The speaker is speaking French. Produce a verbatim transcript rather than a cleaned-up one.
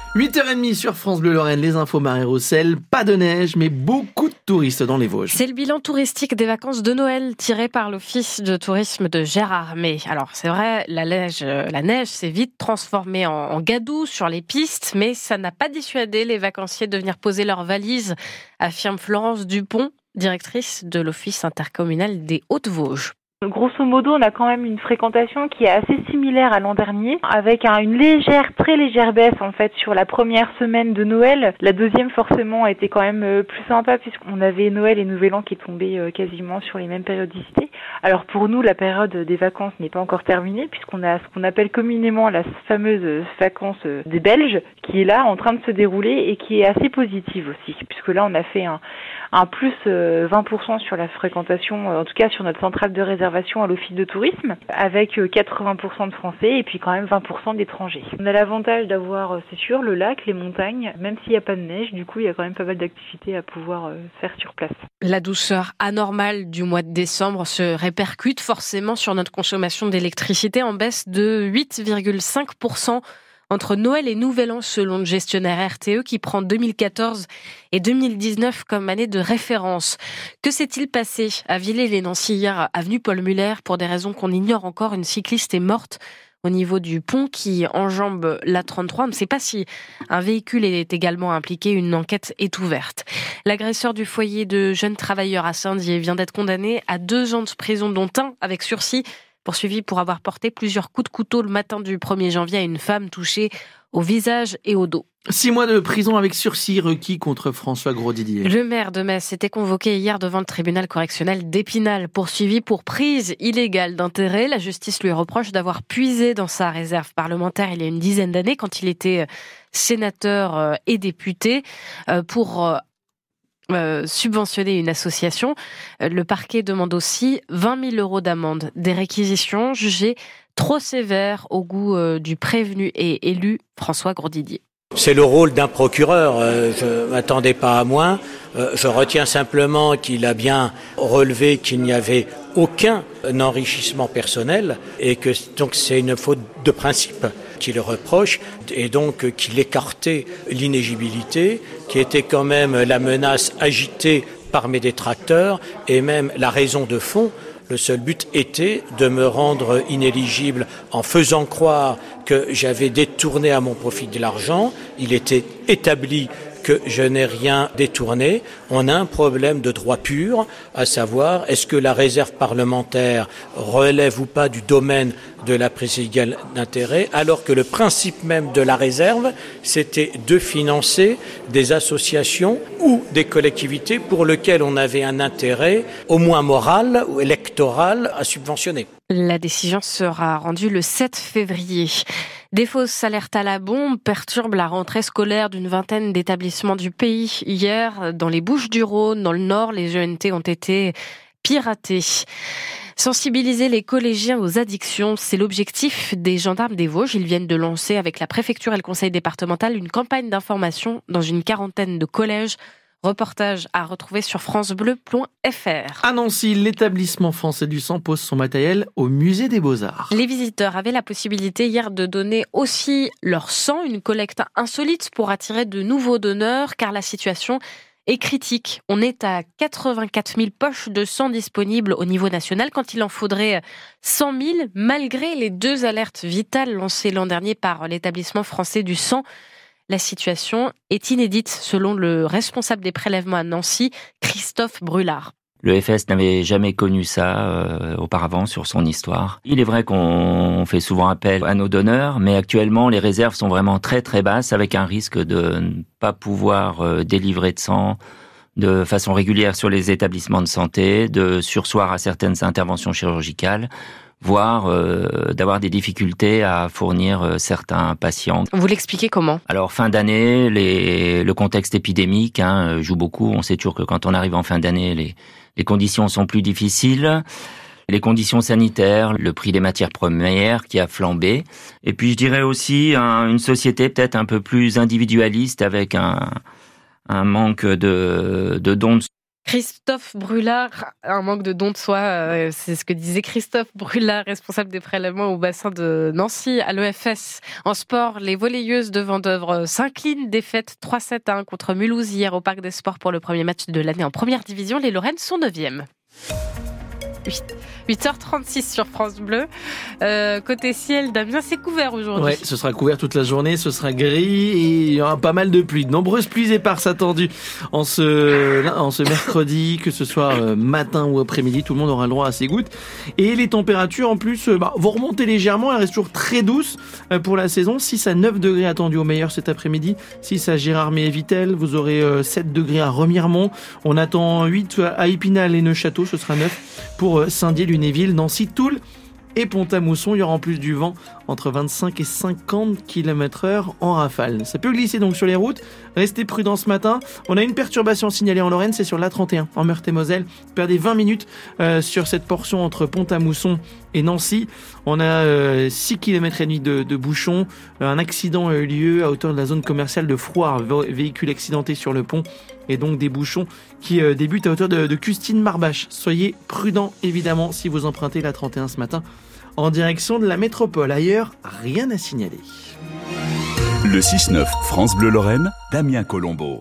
huit heures trente sur France Bleu Lorraine, les infos Marie-Roussel. Pas de neige, mais beaucoup de touristes dans les Vosges. C'est le bilan touristique des vacances de Noël tiré par l'Office de tourisme de Gérard May. Alors c'est vrai, la neige, la neige s'est vite transformée en, en gadoue sur les pistes, mais ça n'a pas dissuadé les vacanciers de venir poser leurs valises, affirme Florence Dupont, directrice de l'Office intercommunal des Hautes-Vosges. Grosso modo, on a quand même une fréquentation qui est assez similaire à l'an dernier, avec un, une légère, très légère baisse en fait sur la première semaine de Noël. La deuxième forcément a été quand même euh, plus sympa puisqu'on avait Noël et Nouvel An qui tombaient euh, quasiment sur les mêmes périodicités. Alors pour nous, la période des vacances n'est pas encore terminée puisqu'on a ce qu'on appelle communément la fameuse vacances des Belges qui est là en train de se dérouler et qui est assez positive aussi, puisque là on a fait un, un plus euh, vingt pour cent sur la fréquentation, en tout cas sur notre centrale de réservation à l'office de tourisme, avec quatre-vingts pour cent de Français et puis quand même vingt pour cent d'étrangers. On a l'avantage d'avoir, c'est sûr, le lac, les montagnes, même s'il n'y a pas de neige, du coup il y a quand même pas mal d'activités à pouvoir faire sur place. La douceur anormale du mois de décembre se répercute forcément sur notre consommation d'électricité en baisse de huit virgule cinq pour cent entre Noël et Nouvel An, selon le gestionnaire R T E qui prend deux mille quatorze et deux mille dix-neuf comme année de référence. Que s'est-il passé à Villers-les-Nancy hier, avenue Paul Muller? Pour des raisons qu'on ignore encore, une cycliste est morte au niveau du pont qui enjambe l'A trente-trois. On ne sait pas si un véhicule est également impliqué. Une enquête est ouverte. L'agresseur du foyer de jeunes travailleurs à Saint-Dié vient d'être condamné à deux ans de prison, dont un avec sursis, poursuivi pour avoir porté plusieurs coups de couteau le matin du premier janvier à une femme touchée au visage et au dos. Six mois de prison avec sursis requis contre François Grosdidier. Le maire de Metz était convoqué hier devant le tribunal correctionnel d'Épinal, poursuivi pour prise illégale d'intérêt. La justice lui reproche d'avoir puisé dans sa réserve parlementaire il y a une dizaine d'années, quand il était sénateur et député, pour Euh, subventionner une association. Le parquet demande aussi vingt mille euros d'amende. Des réquisitions jugées trop sévères au goût euh, du prévenu et élu François Grosdidier. C'est le rôle d'un procureur, euh, je ne m'attendais pas à moins. Euh, je retiens simplement qu'il a bien relevé qu'il n'y avait aucun enrichissement personnel et que donc c'est une faute de principe qu'il reproche et donc qu'il écartait l'inéligibilité qui était quand même la menace agitée par mes détracteurs et même la raison de fond. Le seul but était de me rendre inéligible en faisant croire que j'avais détourné à mon profit de l'argent. Il était établi que je n'ai rien détourné. On a un problème de droit pur, à savoir, est-ce que la réserve parlementaire relève ou pas du domaine de la prise illégale d'intérêt, alors que le principe même de la réserve, c'était de financer des associations ou des collectivités pour lesquelles on avait un intérêt, au moins moral ou électoral, à subventionner. La décision sera rendue le sept février. Des fausses alertes à la bombe perturbent la rentrée scolaire d'une vingtaine d'établissements du pays. Hier, dans les Bouches-du-Rhône, dans le Nord, les E N T ont été piratés. Sensibiliser les collégiens aux addictions, c'est l'objectif des gendarmes des Vosges. Ils viennent de lancer avec la préfecture et le conseil départemental une campagne d'information dans une quarantaine de collèges. Reportage à retrouver sur francebleu point f r. À Nancy, l'établissement français du sang pose son matériel au musée des Beaux-Arts. Les visiteurs avaient la possibilité hier de donner aussi leur sang, une collecte insolite pour attirer de nouveaux donneurs, car la situation est critique. On est à quatre-vingt-quatre mille poches de sang disponibles au niveau national quand il en faudrait cent mille, malgré les deux alertes vitales lancées l'an dernier par l'établissement français du sang. La situation est inédite, selon le responsable des prélèvements à Nancy, Christophe Brulard. Le F S n'avait jamais connu ça euh, auparavant sur son histoire. Il est vrai qu'on fait souvent appel à nos donneurs, mais actuellement les réserves sont vraiment très très basses, avec un risque de ne pas pouvoir euh, délivrer de sang de façon régulière sur les établissements de santé, de surseoir à certaines interventions chirurgicales, voire euh, d'avoir des difficultés à fournir euh, certains patients. Vous l'expliquez comment ? Alors, fin d'année, les, le contexte épidémique hein, joue beaucoup. On sait toujours que quand on arrive en fin d'année, les, les conditions sont plus difficiles. Les conditions sanitaires, le prix des matières premières qui a flambé. Et puis, je dirais aussi un, une société peut-être un peu plus individualiste avec un, un manque de, de dons de Christophe Brulard, un manque de don de soi, euh, c'est ce que disait Christophe Brulard, responsable des prélèvements au bassin de Nancy à l'E F S. En sport, les volleyeuses de Vendeuvre s'inclinent, défaite trois sept à un contre Mulhouse hier au Parc des Sports pour le premier match de l'année en première division. Les Lorraines sont neuvième. huit heures trente-six sur France Bleu. Euh, côté ciel, Damien, c'est couvert aujourd'hui. Ouais, ce sera couvert toute la journée, ce sera gris et il y aura pas mal de pluie. De nombreuses pluies éparses attendues en ce, en ce mercredi, que ce soit matin ou après-midi, tout le monde aura le droit à ses gouttes. Et les températures, en plus, bah, vont remonter légèrement, elles restent toujours très douces pour la saison. six à neuf degrés attendus au meilleur cet après-midi. six à Gérardmer et Vittel, vous aurez sept degrés à Remiremont. On attend huit à Épinal et Neufchâteau, ce sera neuf pour Saint-Dié, Lunéville, Nancy, Toul et Pont-à-Mousson. Il y aura en plus du vent entre vingt-cinq et cinquante kilomètres heure en rafale. Ça peut glisser donc sur les routes. Restez prudents ce matin. On a une perturbation signalée en Lorraine, c'est sur l'A trente et un en Meurthe-et-Moselle. Perdez vingt minutes euh, sur cette portion entre Pont-à-Mousson et Nancy. On a euh, six kilomètres et demi de, de bouchons. Un accident a eu lieu à hauteur de la zone commerciale de Frouard. Vé- véhicule accidenté sur le pont. Et donc des bouchons qui euh, débutent à hauteur de, de Custine-Marbache. Soyez prudents évidemment si vous empruntez l'A trente et un ce matin en direction de la métropole. Ailleurs, rien à signaler. Le six neuf France Bleu Lorraine, Damien Colombo.